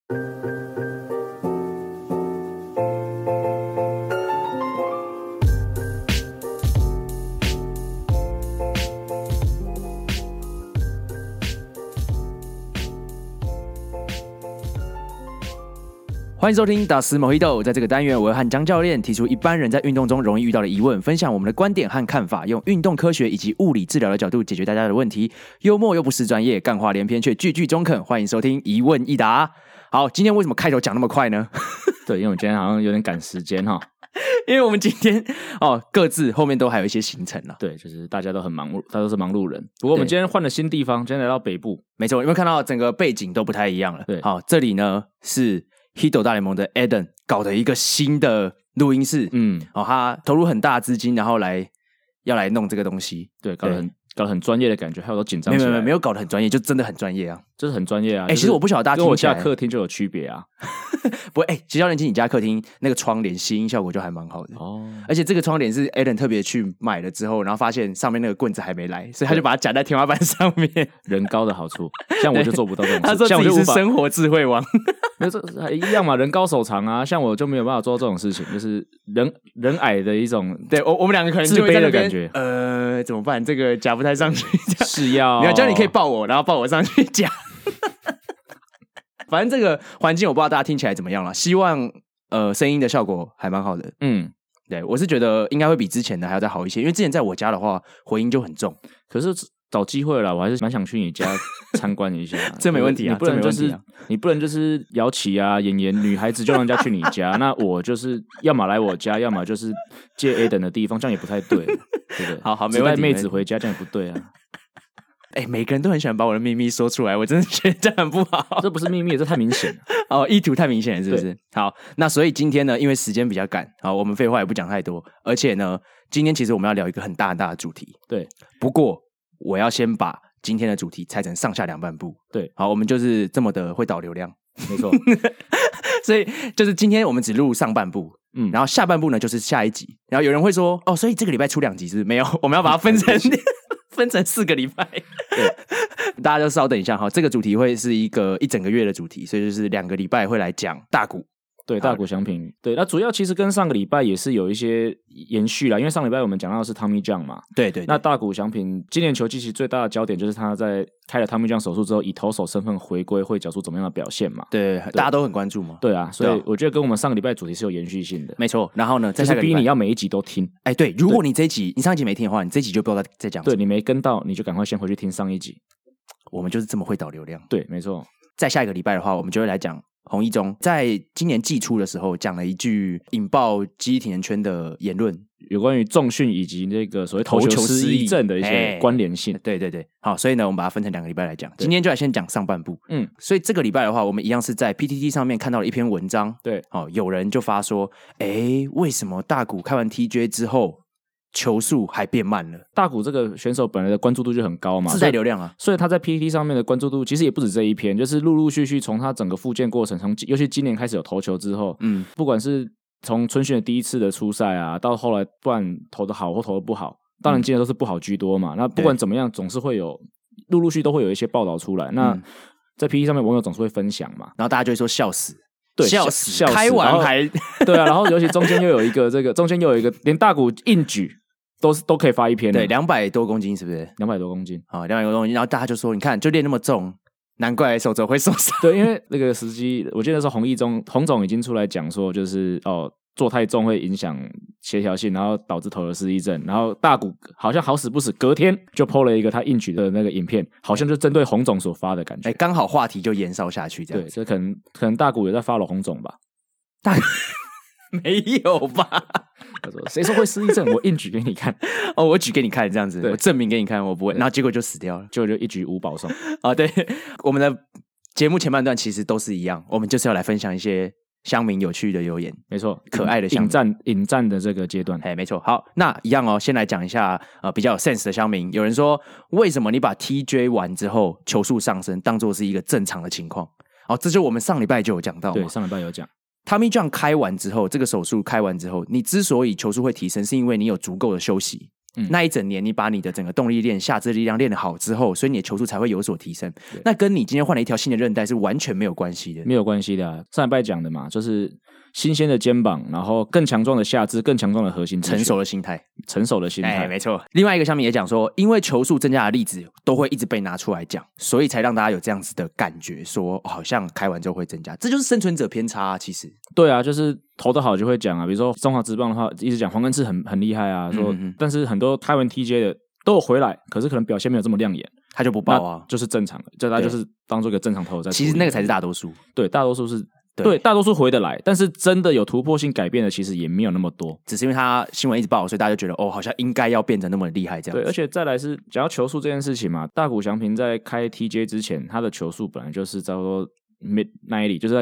欢迎收听达斯某一豆，在这个单元，我会和江教练提出一般人在运动中容易遇到的疑问，分享我们的观点和看法，用运动科学以及物理治疗的角度解决大家的问题。幽默又不失专业，干话连篇却句句中肯。欢迎收听一问一答。好，今天为什么开头讲那么快呢？ 对，因为我今天好像有点赶时间哈。 因为我们今天各自后面都还有一些行程啦。 对，就是大家都很忙碌，大家都是忙碌人。不过我们今天换了新地方，今天来到北部。 没错，有没有看到整个背景都不太一样了？ 对， 好，这里呢是 Hito 大联盟的 Eden 搞的一个新的录音室。他投入很大资金，然后要来弄这个东西。 对，搞得很专业的感觉，还有都紧张起来。 没有搞得很专业，就真的很专业啊， 就是很专业啊。 其实我不晓得大家听起来跟我家客厅就有区别啊。 不会，其实教练进你家客厅那个窗帘吸音效果就还蛮好的哦。而且这个窗帘是 Eden 特别去买了之后，然后发现上面那个棍子还没来，所以他就把它夹在天花板上面。 人高的好处，像我就做不到这种事。 他说自己是生活智慧王。 那这一样嘛，人高手长啊，像我就没有办法做到这种事情，就是人矮的一种。 对，我们两个可能自卑的感觉。 怎么办？这个夹不太上去。 是要， 你叫你可以抱我，然后抱我上去夹。反正这个环境我不知道大家听起来怎么样了，希望声音的效果还蛮好的。对，我是觉得应该会比之前的还要再好一些，因为之前在我家的话回音就很重。 可是找机会了，我还是蛮想去你家参观一下。 这没问题啊， 你不能就是姚琦啊、妍妍女孩子就让人家去你家，那我就是要么来我家，要么就是借 Eden 的地方，这样也不太对，对不对？ 好，没问题。 带妹子回家这样也不对啊。 每个人都很喜欢把我的秘密说出来，我真的觉得这样很不好。 这不是秘密，这太明显了。 意图太明显了，是不是？好，那所以今天呢，因为时间比较赶，好，我们废话也不讲太多。而且呢，今天其实我们要聊一个很大的主题。 对， 不过我要先把今天的主题拆成上下两半部。 对， 好，我们就是这么的会导流量， 没错。 所以就是今天我们只录上半部，然后下半部呢就是下一集。然后有人会说，所以这个礼拜出2集是不是？没有，我们要把它分成4个礼拜。对，大家就稍等一下哈，这个主题会是一整个月的主题，所以就是2个礼拜会来讲大股。 对，大股翔平。对，那主要其实跟上个礼拜也是有一些延续啦，因为上个礼拜我们讲到的是 Tommy John 嘛。对。那大股翔平今年球季其实最大的焦点就是他在开了 Tommy John 手术之后，以投手身份回归会缴出怎么样的表现嘛？对， 大家都很关注嘛。 对啊，所以我觉得跟我们上个礼拜主题是有延续性的。 没错。然后呢， 就是逼你要每一集都听。 对，如果你上一集没听的话，你这一集就不知道在讲什么。 对，你没跟到，你就赶快先回去听上一集。 我们就是这么会导流量。 对，没错。 在下一个礼拜的话，我们就会来讲洪一中在今年季初的时候讲了一句引爆记忆体能圈的言论， 有关于重训以及那个所谓投球失忆症的一些关联性。 对。好，所以呢，我们把它分成2个礼拜来讲。今天就来先讲上半部。所以这个礼拜的话，我们一样是在 PTT 上面看到了一篇文章。对，有人就发说，为什么大谷开完 TJ 之后球速还变慢了？大谷这个选手本来的关注度就很高嘛， 自带流量啊， 所以他在 PTT 上面的关注度其实也不止这一篇，就是陆陆续续从他整个复健过程，尤其今年开始有投球之后，不管是从春训的第一次的出赛啊，到后来不管投得好或投得不好，当然今年都是不好居多嘛。那不管怎么样，总是会有陆陆续都会有一些报道出来。那在 PTT 上面，网友总是会分享嘛， 然后大家就会说笑死。 对， 笑死，开完还对啊，然后尤其中间又有一个连大谷硬举都可以发一篇。 对，200多公斤是不是 ？200多公斤， 好，200多公斤，然后大家就说，你看就练那么重，难怪手肘会受伤。 对，因为那个时机，我记得是洪总已经出来讲说，就是做太重会影响协调性，然后导致投球失忆症。然后大谷好像好死不死，隔天就 po 了一个他硬举的那个影片，好像就针对洪总所发的感觉。 刚好话题就延烧下去，这样。 对，这可能大谷有在 follow 洪总吧？ 没有吧？ 他说：“谁说会失忆症？我硬举给你看。 我举给你看，这样子，我证明给你看，我不会。然后结果就死掉了， 结果就一举5保送。 对，我们的节目前半段其实都是一样，我们就是要来分享一些乡民有趣的留言， 没错， 可爱的乡民引战的这个阶段， 没错。好，那一样先来讲一下比较有 sense 的乡民。有人说，为什么你把 TJ 完之后球速上升当作是一个正常的情况？这就我们上礼拜就有讲到嘛， 对，上礼拜有讲。 Tommy John 开完之后，这个手术开完之后，你之所以球速会提升，是因为你有足够的休息， 那一整年你把你的整个动力链、下肢力量练得好之后，所以你的球速才会有所提升。那跟你今天换了一条新的韧带是完全没有关系的， 没有关系的啊。上礼拜讲的嘛，就是新鲜的肩膀，然后更强壮的下肢，更强壮的核心， 成熟的心态，没错。另外一个下面也讲说，因为球速增加的例子都会一直被拿出来讲，所以才让大家有这样子的感觉，说好像开完之后会增加，这就是生存者偏差啊。其实对啊，就是投得好就会讲啊，比如说中华职棒的话，一直讲黄根志很厉害啊，说但是很多开完 TJ 的都有回来，可是可能表现没有这么亮眼，他就不报啊， 就是正常的，就他就是当做一个正常投在。 其实那个才是大多数， 对，大多数是。对，大多数回得来，但是真的有突破性改变的，其实也没有那么多， 只是因为他新闻一直报，所以大家就觉得好像应该要变得那么厉害这样子。 对，而且再来是讲到球速这件事情嘛，大谷翔平在开 TJ 之前，他的球速本来就是差不多 mid-90， 就是在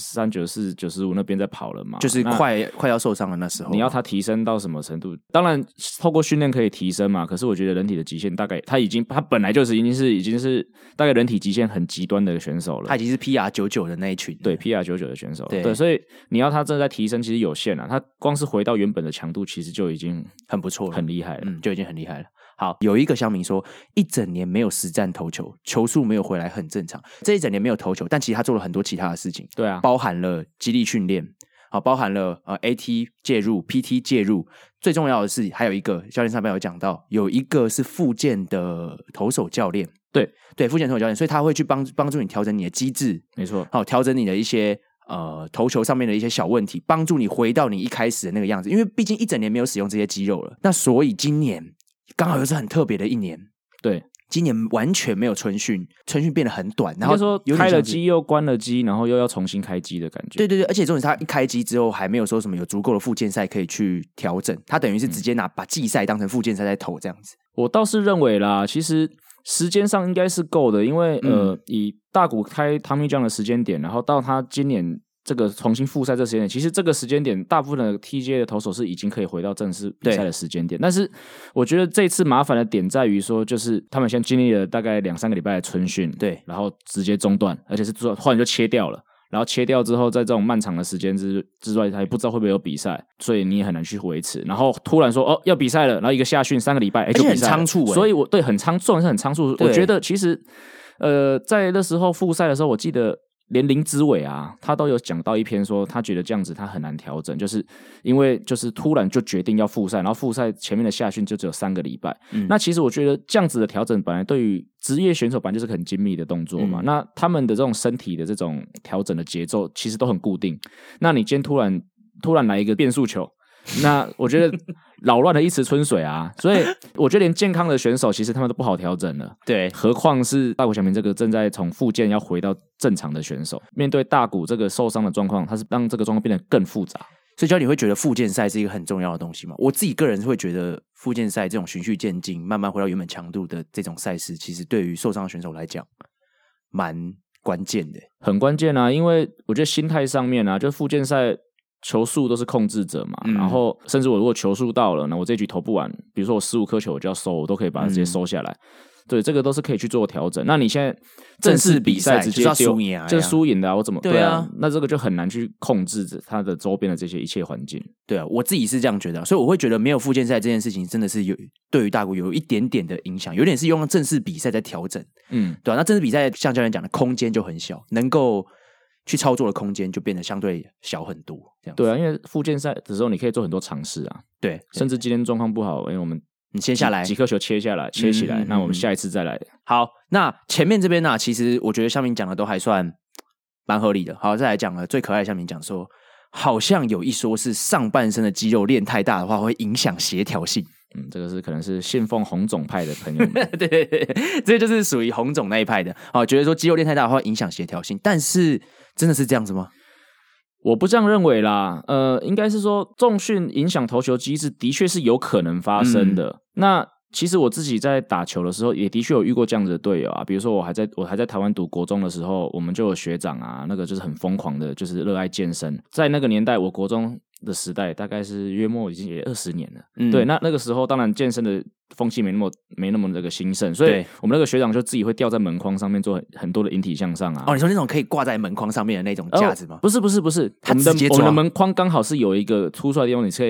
93、94、95那边在跑了嘛， 就是快要受伤了那时候。 你要他提升到什么程度？当然透过训练可以提升嘛，可是我觉得人体的极限大概他本来就是已经是大概人体极限很极端的选手了。 他已经是 PR99 的那一群， 对 PR99 的选手了。对，所以你要他真的在提升，其实有限啊。他光是回到原本的强度，其实就已经很不错了， 很厉害了， 就已经很厉害了。好，有一个乡民说，一整年没有实战投球，球速没有回来很正常。这一整年没有投球，但其实他做了很多其他的事情， 对啊， 包含了肌力训练，包含了AT 介入、PT 介入。最重要的是，还有一个教练上面有讲到，有一个是复健的投手教练，对，复健投手教练，所以他会去帮助你调整你的机制， 没错， 调整你的一些投球上面的一些小问题，帮助你回到你一开始的那个样子。因为毕竟一整年没有使用这些肌肉了，那所以今年刚好又是很特别的一年， 对， 今年完全没有春训变得很短，然后说开了机又关了机，然后又要重新开机的感觉。 对，而且重点是他一开机之后还没有说什么有足够的复健赛可以去调整，他等于是直接把季赛当成复健赛在投这样子。 我倒是认为啦，其实时间上应该是够的，因为以大谷开 Tommy John 的时间点，然后到他今年这个重新复赛这时间点，其实这个时间点大部分的 TJ 的投手是已经可以回到正式比赛的时间点，但是我觉得这次麻烦的点在于说，就是他们先经历了大概2-3个礼拜的春训， 对， 然后直接中断，而且是突然就切掉了，然后切掉之后，在这种漫长的时间之外，他也不知道会不会有比赛，所以你也很难去维持。然后突然说要比赛了，然后一个下训3个礼拜，就比赛了， 很仓促， 所以对很仓促，是很仓促。我觉得其实在那时候复赛的时候，我记得连林子伟啊，他都有讲到一篇说，他觉得这样子他很难调整，就是因为就是突然就决定要复赛，然后复赛前面的下训就只有3个礼拜。那其实我觉得这样子的调整，本来对于职业选手本来就是很精密的动作嘛。那他们的这种身体的这种调整的节奏，其实都很固定。那你今天突然来一个变速球，那我觉得扰乱了一池春水啊，所以我觉得连健康的选手其实他们都不好调整了， 对， 何况是大谷翔平这个正在从复健要回到正常的选手，面对大谷这个受伤的状况，他是让这个状况变得更复杂。 所以教练会觉得复健赛是一个很重要的东西吗？我自己个人会觉得复健赛这种循序渐进慢慢回到原本强度的这种赛事，其实对于受伤的选手来讲蛮关键的， 很关键啊，因为我觉得心态上面啊，就复健赛球速都是控制者嘛，然后甚至我如果球速到了，那我这局投不完，比如说我15颗球我就要收，我都可以把它直接收下来。对，这个都是可以去做调整。那你现在正式比赛直接丢，这输赢的啊，我怎么对啊？那这个就很难去控制它的周边的这些一切环境。 对啊，我自己是这样觉得，所以我会觉得没有复健赛这件事情真的是对于大谷有一点点的影响，有点是用正式比赛在调整。对啊，那正式比赛像教练讲的空间就很小，能够去操作的空间就变得相对小很多。这样对啊，因为复健赛的时候你可以做很多尝试啊。 对， 甚至今天状况不好，因为我们你切下来几颗球切下来切起来，那我们下一次再来。 好，那前面这边呢，其实我觉得乡民讲的都还算蛮合理的。好，再来讲了最可爱的乡民讲说，好像有一说是上半身的肌肉练太大的话会影响协调性。 这个是可能是信奉红种派的朋友们。 对，这就是属于红种那一派的。觉得说肌肉练太大的话会影响协调性，但是真的是这样子吗？ 我不这样认为啦，应该是说重训影响投球机制的确是有可能发生的。那其实我自己在打球的时候，也的确有遇过这样子的队友啊。比如说我还在台湾读国中的时候，我们就有学长啊，那个就是很疯狂的，就是热爱健身。在那个年代，我国中的时代大概是约莫已经也20年了。对，那个时候当然健身的风气没那么这个兴盛，所以我们那个学长就自己会吊在门框上面做很多的引体向上啊。 你说那种可以挂在门框上面的那种架子吗？ 不是， 他直接抓。 我们的门框刚好是有一个凸出来的地方，你可以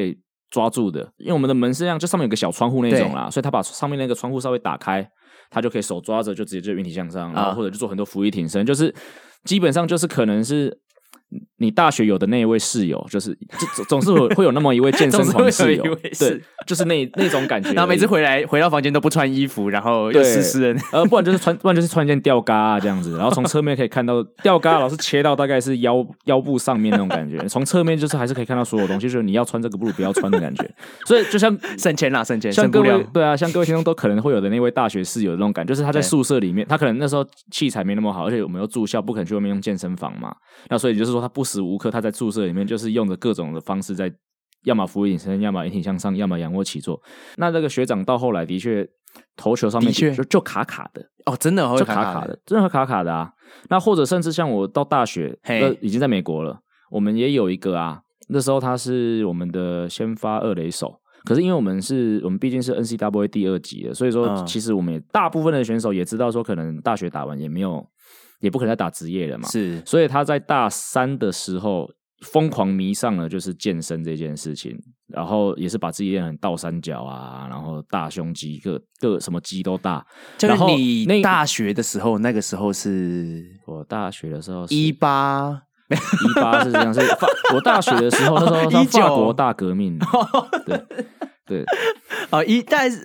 抓住的，因为我们的门是这样，就上面有个小窗户那种啦，所以他把上面那个窗户稍微打开，他就可以手抓着就直接就引体向上，然后或者就做很多俯卧挺身，就是基本上就是可能是你大学有的那一位室友，就是总是会有那么一位健身狂室友，对，就是那种感觉。 然后每次回到房间都不穿衣服，然后又湿湿的， 不然就是穿一件吊嘎啊这样子，然后从侧面可以看到吊嘎老是切到大概是腰部上面那种感觉，从侧面就是还是可以看到所有东西，就是你要穿这个不如不要穿的感觉。所以就像省钱， 像各位对啊，像各位听众都可能会有的那位大学室友的那种感觉，就是他在宿舍里面，他可能那时候器材没那么好，而且我们又住校，不可能去外面用健身房嘛，那所以就是说他不时无刻他在宿舍里面就是用着各种的方式在，要么俯卧撑，要么引体向上，要么仰卧起坐。那这个学长到后来的确投球上面就卡卡的哦，真的会就卡卡的，真的会卡卡的啊。那或者甚至像我到大学，已经在美国了，我们也有一个啊，那时候他是我们的先发二垒手。可是因为我们毕竟是 NCAA 第2级的，所以说其实我们也大部分的选手也知道说，可能大学打完也不可能再打职业了嘛， 是， 所以他在大3的时候疯狂迷上了就是健身这件事情，然后也是把自己练成倒三角啊，然后大胸肌各什么肌都大。 就是你大学的时候，那个时候是我大学的时候 18 是这样，是我大学的时候，那时候法国大革命，对， 大概是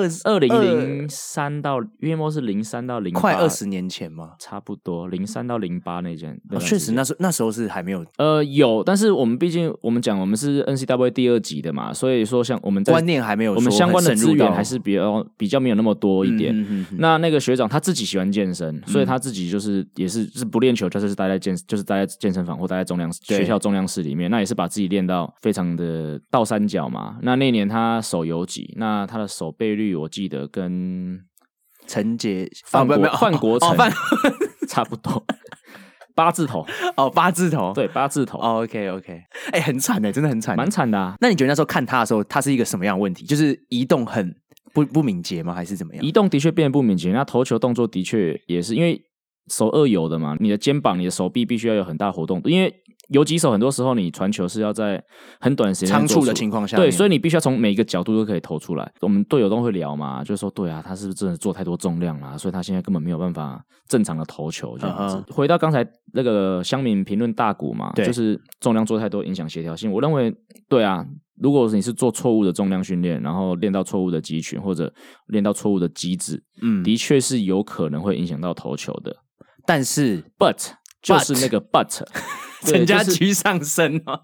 2003到约莫是03到08， 快20年前嘛， 差不多03到08那件。 确实那时候是还没有有，但是我们毕竟我们是 NCAA 第2级的嘛，所以说像我们在观念还没有， 我们相关的资源还是比较没有那么多一点。那个学长他自己喜欢健身，所以他自己也是不练球，就是待在健身房或待在学校重量室里面，那也是把自己练到非常的倒三角嘛。那年他手游级，那他的守备率我记得跟陈杰范国成差不多，8字头 8字头， 对，8字头。 OK， 很惨的，真的很惨， 蛮惨的啊。 那你觉得那时候看他的时候，他是一个什么样的问题？就是移动很不敏捷吗？还是怎么样？ 移动的确变得不敏捷，那投球动作的确也是因为手二游的嘛，你的肩膀、你的手臂必须要有很大活动，因为游击手很多时候你传球是要在很短时间仓促的情况下， 对，所以你必须要从每一个角度都可以投出来。我们队友都会聊嘛，就是说对啊，他是不是真的做太多重量啦，所以他现在根本没有办法正常的投球这样子。回到刚才那个乡民评论大谷嘛，就是重量做太多影响协调性。我认为对啊，如果你是做错误的重量训练，然后练到错误的肌群或者练到错误的机制，的确是有可能会影响到投球的。 但是 but 就是那个 but 陈家驹上升哦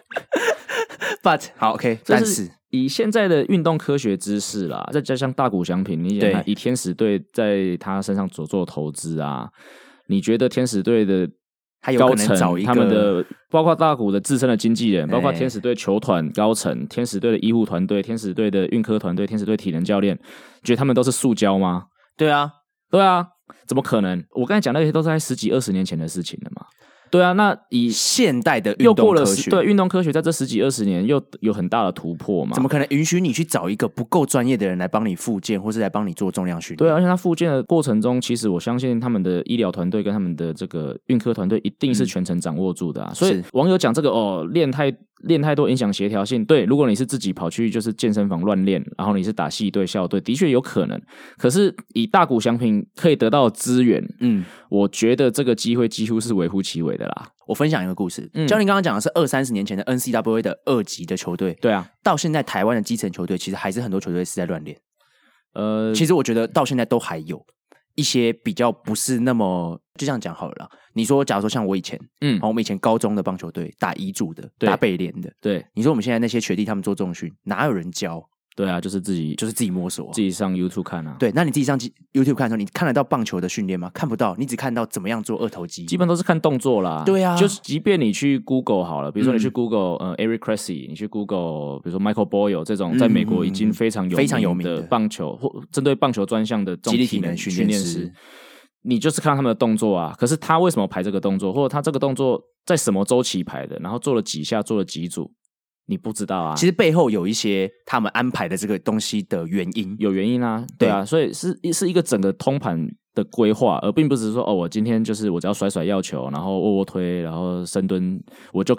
but 好 OK， 但是以现在的运动科学知识啦，再加上大谷翔平，你想以天使队在他身上所做投资啊，你觉得天使队的高层他们的包括大谷的自身的经纪人，包括天使队球团高层、天使队的医护团队、天使队的运科团队、天使队体能教练，觉得他们都是塑胶吗？ 对啊， 怎么可能？我刚才讲那些都是在10几20年前的事情了嘛。对啊，那以现代的运动科学， 对运动科学在这10几20年又有很大的突破嘛？ 怎么可能允许你去找一个不够专业的人来帮你复健，或是来帮你做重量训练？ 对啊，而且他复健的过程中，其实我相信他们的医疗团队跟他们的这个运科团队一定是全程掌握住的啊。所以网友讲这个练太多影响协调性，对，如果你是自己跑去就是健身房乱练，然后你是打系队校队，的确有可能。可是以大谷翔平可以得到的资源，我觉得这个机会几乎是微乎其微的啦。 我分享一个故事，教练刚刚讲的是20-30年前的 NCAA 的2级的球队， 对啊， 到现在台湾的基层球队其实还是很多球队是在乱练。其实我觉得到现在都还有一些比较不是那么，就这样讲好了啦。你说假如说像我以前，我们以前高中的棒球队打乙组的，打北联的， 对， 你说我们现在那些学弟他们做重训，哪有人教？ 对啊，就是自己摸索， 自己上 YouTube 看啊。 对，那你自己上 YouTube 看的时候，你看得到棒球的训练吗？看不到，你只看到怎么样做二头肌， 基本都是看动作啦。 对啊， 就是即便你去 Google 好了，比如说你去 Google Eric Cressey， 你去 Google 比如说 Michael Boyle 这种在美国已经非常有名的棒球或针对棒球专项的这种体能训练师，你就是看他们的动作啊。可是他为什么排这个动作，或者他这个动作在什么周期排的，然后做了几下，做了几组？你不知道啊， 其实背后有一些他们安排的这个东西的原因， 有原因啊，对啊，所以是一个整个通盘的规划，而并不是说我今天就是我只要甩药球，然后卧推，然后深蹲，我就可以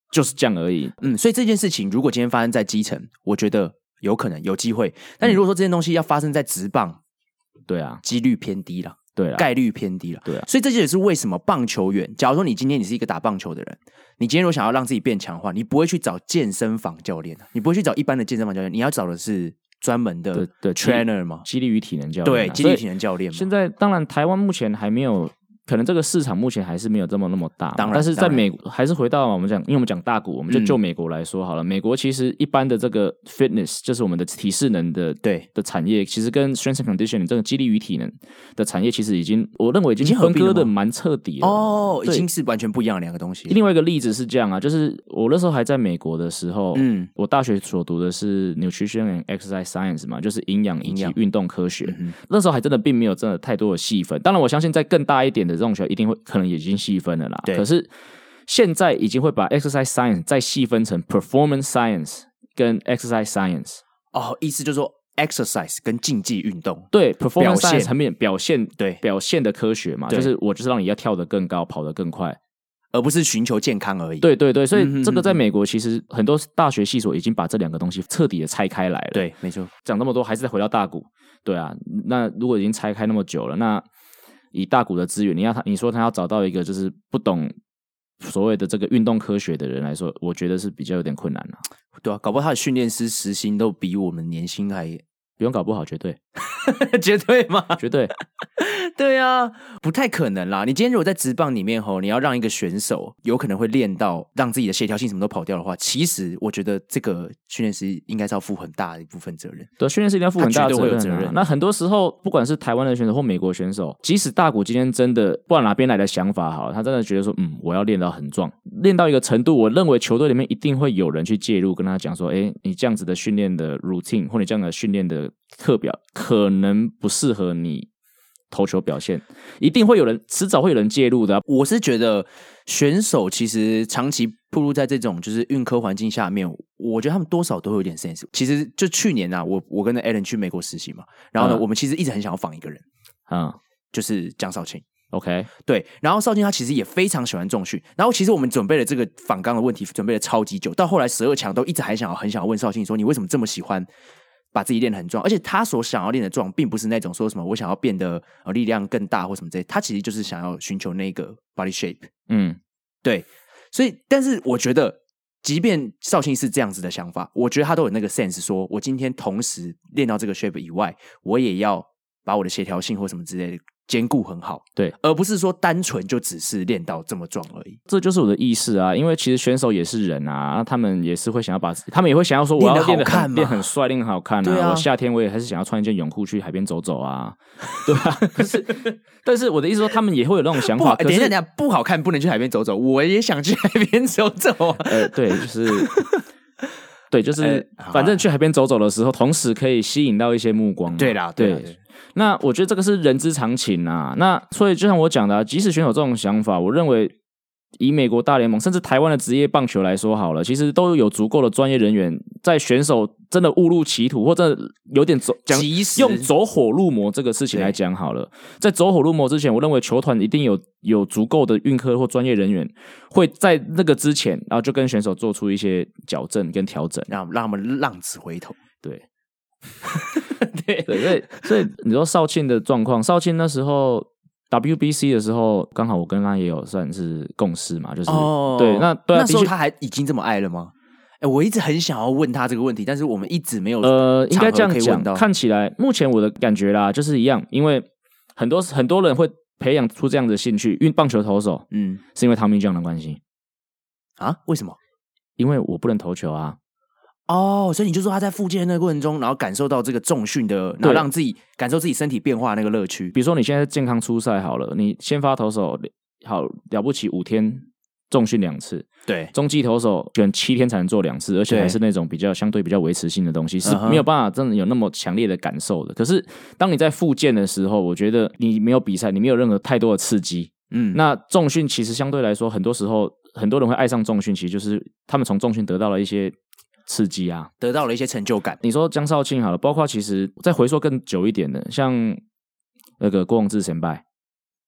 就是这样而已。 所以这件事情如果今天发生在基层，我觉得有可能有机会。但你如果说这件东西要发生在职棒， 对啊， 几率偏低了。 对啊， 概率偏低了。 对啊， 所以这也是为什么棒球员，假如说你今天你是一个打棒球的人，你今天如果想要让自己变强的话，你不会去找健身房教练，你不会去找一般的健身房教练，你要找的是专门的 trainer 嘛， 肌力与体能教练。 对，肌力体能教练嘛。 现在当然台湾目前还没有。可能这个市场目前还是没有那么大，但是在美国还是回到我们讲，因为我们讲大股，我们就美国来说好了。美国其实一般的这个 fitness 就是我们的体适能的产业，其实跟 strength and conditioning 这个肌力与体能的产业，其实我认为已经分割的蛮彻底了。 哦，已经是完全不一样的两个东西。 另外一个例子是这样啊，就是我那时候还在美国的时候，我大学所读的是 nutrition and exercise science 嘛，就是营养以及运动科学。那时候还真的并没有真的太多的细分，当然我相信在更大一点的这种学校一定会可能已经细分了啦。可是现在已经会把 exercise science 再细分成 performance science 跟 exercise science。 哦，意思就是说 exercise 跟竞技运动， 对 performance science 层面表现的科学嘛，就是让你要跳得更高，跑得更快， 而不是寻求健康而已。 对对对，所以这个在美国其实很多大学系所已经把这两个东西彻底的拆开来了。 对，没错。 讲那么多还是再回到大股。对啊，那如果已经拆开那么久了，那以大股的资源，你说他要找到一个就是不懂所谓的这个运动科学的人来说，我觉得是比较有点困难了。 对啊，搞不好他的训练师时薪都比我们年薪还不用搞不好，绝对绝对吗？ 绝对。 对啊，不太可能啦。你今天如果在职棒里面你要让一个选手有可能会练到让自己的协调性什么都跑掉的话，其实我觉得这个训练师应该是要负很大的一部分责任。 对，训练师一定要负很大的责任。那很多时候，不管是台湾的选手或美国选手，即使大股今天真的不管哪边来的想法好了，他真的觉得说，我要练到很壮，练到一个程度，我认为球队里面一定会有人去介入，跟他讲说，你这样子的训练的 routine 或你这样的训练的课表可能不适合你投球表现，一定会有人，迟早会有人介入的。 我是觉得选手其实长期暴露在这种就是运科环境下面，我觉得他们多少都会有点 sense。其实就去年啊，我跟 Alan 去美国实习嘛，然后呢，我们其实一直很想要访一个人，就是江少庆。 OK， 对，然后少庆他其实也非常喜欢重训，然后其实我们准备了这个访纲的问题，准备了超级久，到后来12强都一直很想要问少庆说，你为什么这么喜欢把自己练得很壮？而且他所想要练的壮，并不是那种说什么我想要变得力量更大或什么之类，他其实就是想要寻求那个 body shape。对，所以但是我觉得，即便少庆是这样子的想法，我觉得他都有那个 sense， 说我今天同时练到这个 shape 以外，我也要把我的协调性或什么之类的兼顾很好， 对， 而不是说单纯就只是练到这么壮而已。 这就是我的意思啊，因为其实选手也是人啊，他们也是会想要他们也会想要说，我要练得很帅，练得好看啊。我夏天我也还是想要穿一件泳裤去海边走走啊，对吧？但是我的意思说，他们也会有那种想法。 等一下，不好看不能去海边走走，我也想去海边走走啊。 对，就是。对，就是反正去海边走走的时候，同时可以吸引到一些目光。 对啦，对。 那我觉得这个是人之常情啊。那所以就像我讲的，即使选手这种想法，我认为以美国大联盟甚至台湾的职业棒球来说好了，其实都有足够的专业人员，在选手真的误入歧途或者有点用走火入魔这个事情来讲好了，在走火入魔之前，我认为球团一定有足够的运科或专业人员会在那个之前，然后就跟选手做出一些矫正跟调整， 让他们浪子回头。 对。对，所以你说少庆的状况，少庆那时候 WBC 的时候，刚好我跟他也有算是共识嘛，就是对， 那时候他还已经这么爱了吗？我一直很想要问他这个问题，但是我们一直没有应该这样讲。看起来目前我的感觉啦，就是一样，因为很多人会培养出这样的兴趣，棒球投手，是因为 Tommy John 的关系啊？为什么？ 因为我不能投球啊。 所以你就说他在复健的过程中，然后感受到这个重训的，然后让自己感受自己身体变化的那个乐趣。 比如说你现在健康出赛好了，你先发投手好了不起5天重训2次， 对， 中继投手选7天才能做2次，而且还是那种相对比较维持性的东西，是没有办法真的有那么强烈的感受的。可是当你在复健的时候，我觉得你没有比赛，你没有任何太多的刺激。那重训其实相对来说，很多时候很多人会爱上重训，其实就是他们从重训得到了一些刺激啊， 得到了一些成就感。 你说江少庆好了，包括其实再回溯更久一点的，像那个郭泓志前辈，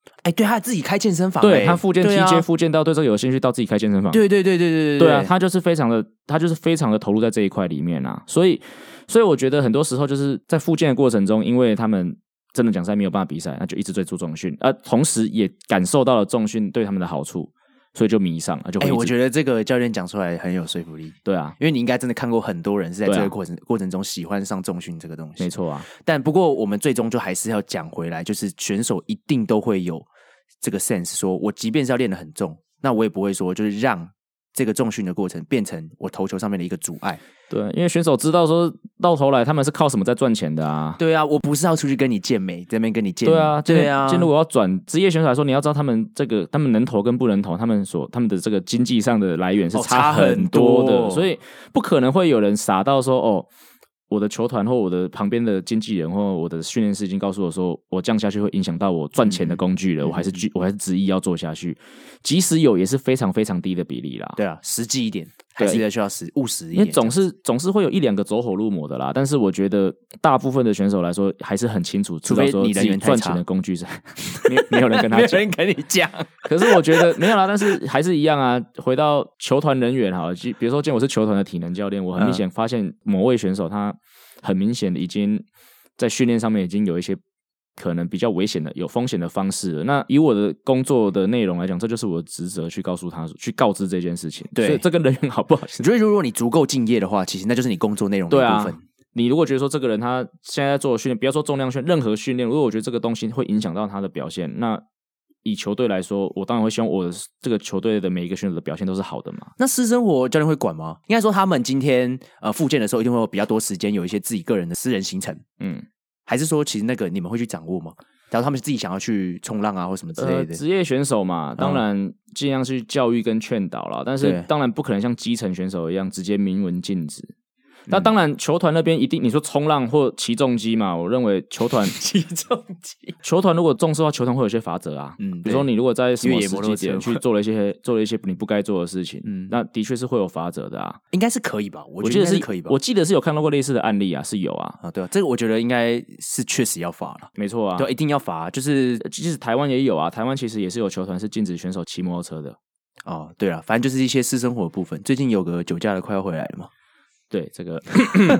对，他自己开健身房， 对，他复健 TJ 复健到对这个有兴趣，到自己开健身房， 对啊，他就是非常的投入在这一块里面啊，所以我觉得很多时候就是在复健的过程中，因为他们真的奖赛没有办法比赛，那就一直在做重训，同时也感受到了重训对他们的好处，所以就迷上了，就我觉得这个教练讲出来很有说服力。 对啊， 因为你应该真的看过很多人是在这个过程中喜欢上重训这个东西。 没错啊， 但不过我们最终就还是要讲回来，就是选手一定都会有这个 sense， 说我即便是要练得很重，那我也不会说就是让这个重训的过程变成我投球上面的一个阻碍。 对，因为选手知道说到头来他们是靠什么在赚钱的啊。 对啊，我不是要出去跟你健美，这边跟你健美。 对啊，如果要转职业选手来说，你要知道他们能投跟不能投，他们的这个经济上的来源是差很多的，所以不可能会有人傻到说我的球团或我的旁边的经纪人或我的训练师已经告诉我说，我这样下去会影响到我赚钱的工具了，我还是执意要做下去，即使有也是非常非常低的比例啦。 对啊，实际一点，还是需要务实一点， 因为总是会有1-2个走火入魔的啦。但是我觉得大部分的选手来说，还是很清楚知道说自己赚钱的工具是没有人跟他讲， 没有人跟你讲。 可是我觉得没有啦，但是还是一样啊。回到球团人员好了，比如说今天我是球团的体能教练，我很明显发现某位选手他很明显的已经在训练上面已经有一些可能比较危险的有风险的方式了。那以我的工作的内容来讲，这就是我的职责，去告诉他去告知这件事情。对，所以这跟人员好不好？ 我觉得如果你足够敬业的话，其实那就是你工作内容的一部分。 你如果觉得说这个人他现在在做的训练，不要说重量训练，任何训练，如果我觉得这个东西会影响到他的表现，那以球队来说，我当然会希望我的这个球队的每一个选手的表现都是好的嘛。 那私生活教练会管吗？应该说他们今天复健的时候，一定会有比较多时间，有一些自己个人的私人行程。还是说其实那个你们会去掌握吗？假如他们自己想要去冲浪啊或什么之类的， 职业选手嘛，当然尽量去教育跟劝导啦，但是当然不可能像基层选手一样直接明文禁止。那当然，球团那边一定你说冲浪或骑重机嘛，我认为球团骑重机， 球团如果重视的话，球团会有些法则啊。比如说你如果在什么时机点去做了一些你不该做的事情，那的确是会有法则的啊。 应该是可以吧？我觉得是可以吧？ 我记得是有看到过类似的案例啊，是有啊。 对啊，这个我觉得应该是确实要罚了。 没错啊， 对，一定要罚。就是即使台湾也有啊，台湾其实也是有球团是禁止选手骑摩托车的。 对了，反正就是一些私生活的部分。最近有个酒驾的快要回来了嘛。 对，这个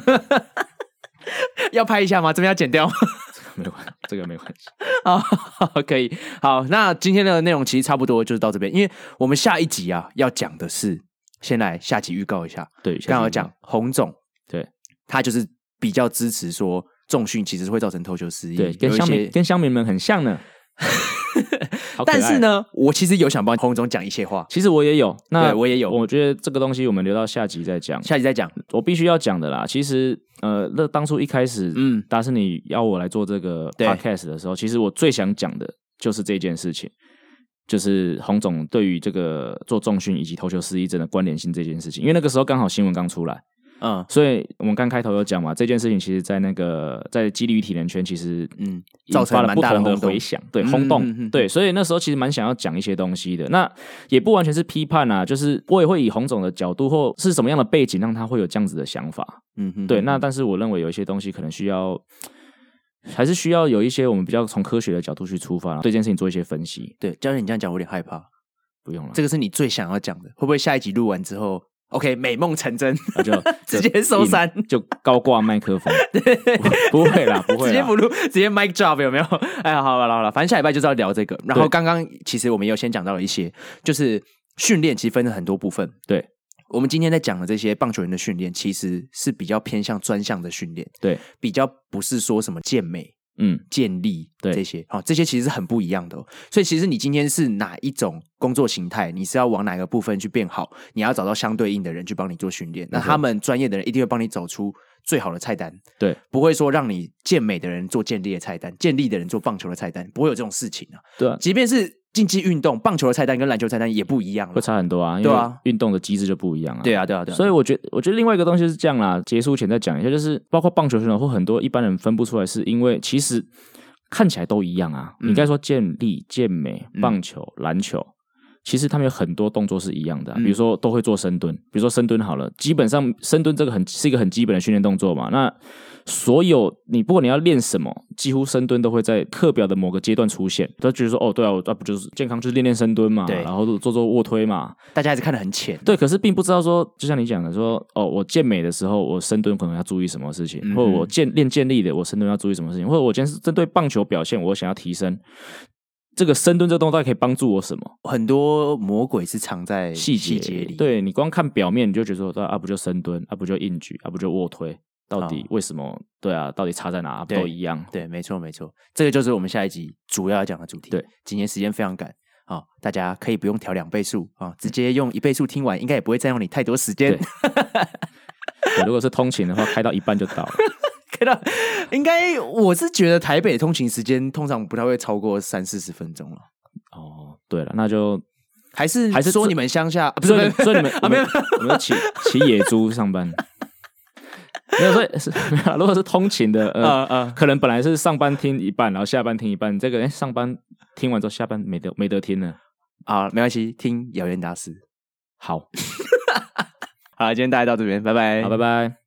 要拍一下吗？这边要剪掉吗？ 这个没关系可以。好，那今天的内容其实差不多就是到这边，因为我们下一集啊要讲的是，先来下集预告一下。 对， 刚好讲洪总， 对， 他就是比较支持说重训其实会造成投球失忆， 对，跟乡民们很像呢。 但是呢，我其实有想帮洪总讲一些话。 其实我也有， 对我也有。 我觉得这个东西我们留到下集再讲。我必须要讲的啦。其实那当初一开始，达斯你要我来做这个 podcast 的时候，其实我最想讲的就是这件事情，就是洪总对于这个做重训以及投球失忆症的关联性这件事情。因为那个时候刚好新闻刚出来。所以我们刚开头有讲嘛，这件事情其实在肌力与体能圈其实造成了不同的回响，对，轰动，对，所以那时候其实蛮想要讲一些东西的。那也不完全是批判啊，就是我也会以洪总的角度或是什么样的背景让他会有这样子的想法，对。那但是我认为有一些东西可能还是需要有一些我们比较从科学的角度去出发，对这件事情做一些分析。 对，教练你这样讲我有点害怕。 不用了， 这个是你最想要讲的，会不会下一集录完之后？OK， 美梦成真， 就直接收山， 就高挂麦克风。不会啦， 直接不录，直接 mic drop 有没有？哎呀，好了，反正下礼拜就是要聊这个。然后刚刚其实我们有先讲到了一些，就是训练其实分成很多部分。 对， 我们今天在讲的这些棒球员的训练，其实是比较偏向专项的训练， 对， 比较不是说什么健美。健力这些，这些其实是很不一样的。所以其实你今天是哪一种工作形态，你是要往哪个部分去变好，你要找到相对应的人去帮你做训练。那他们专业的人一定会帮你找出最好的菜单， 对， 不会说让你健美的人做健力的菜单，健力的人做棒球的菜单，不会有这种事情啊。 对啊， 即便是竞技运动，棒球的菜单跟篮球菜单也不一样， 会差很多啊，因为运动的机制就不一样啊。 对啊。 所以我觉得另外一个东西是这样啦，结束前再讲一下，就是包括棒球选手或很多一般人分不出来，是因为其实看起来都一样啊。你该说健力、健美、棒球、篮球， 其实他们有很多动作是一样的比如说都会做深蹲，比如说深蹲好了，基本上深蹲这个是一个很基本的训练动作嘛，那所有不管你要练什么，几乎深蹲都会在课表的某个阶段出现，都觉得说对啊，我不就是健康就是练深蹲嘛，然后做卧推嘛， 大家还是看得很浅。 对，可是并不知道说，就像你讲的说，我健美的时候我深蹲可能要注意什么事情，或者我练健力的我深蹲要注意什么事情，或者我今天是针对棒球表现我想要提升，这个深蹲这个动作可以帮助我什么？ 很多魔鬼是藏在细节里。 对，你光看表面你就觉得说不就深蹲不就硬举不就卧推，到底为什么？对啊，到底差在哪？不都一样？ 对，没错没错，这个就是我们下一集主要要讲的主题。 对， 今天时间非常赶大家可以不用调2倍速直接用1倍速听完，应该也不会占用你太多时间。 对，如果是通勤的话，开到一半就到了。 开到应该，我是觉得台北通勤时间通常不太会超过30-40分钟了。 对了，那就还是说你们乡下， 不是所以你们我们骑野猪上班。没有，所以没有。如果是通勤的，可能本来是上班听一半，然后下班听一半。这个上班听完之后，下班没得听了没关系，听谣言大师。 好， 好，今天大家到这边，拜拜。 好，拜拜。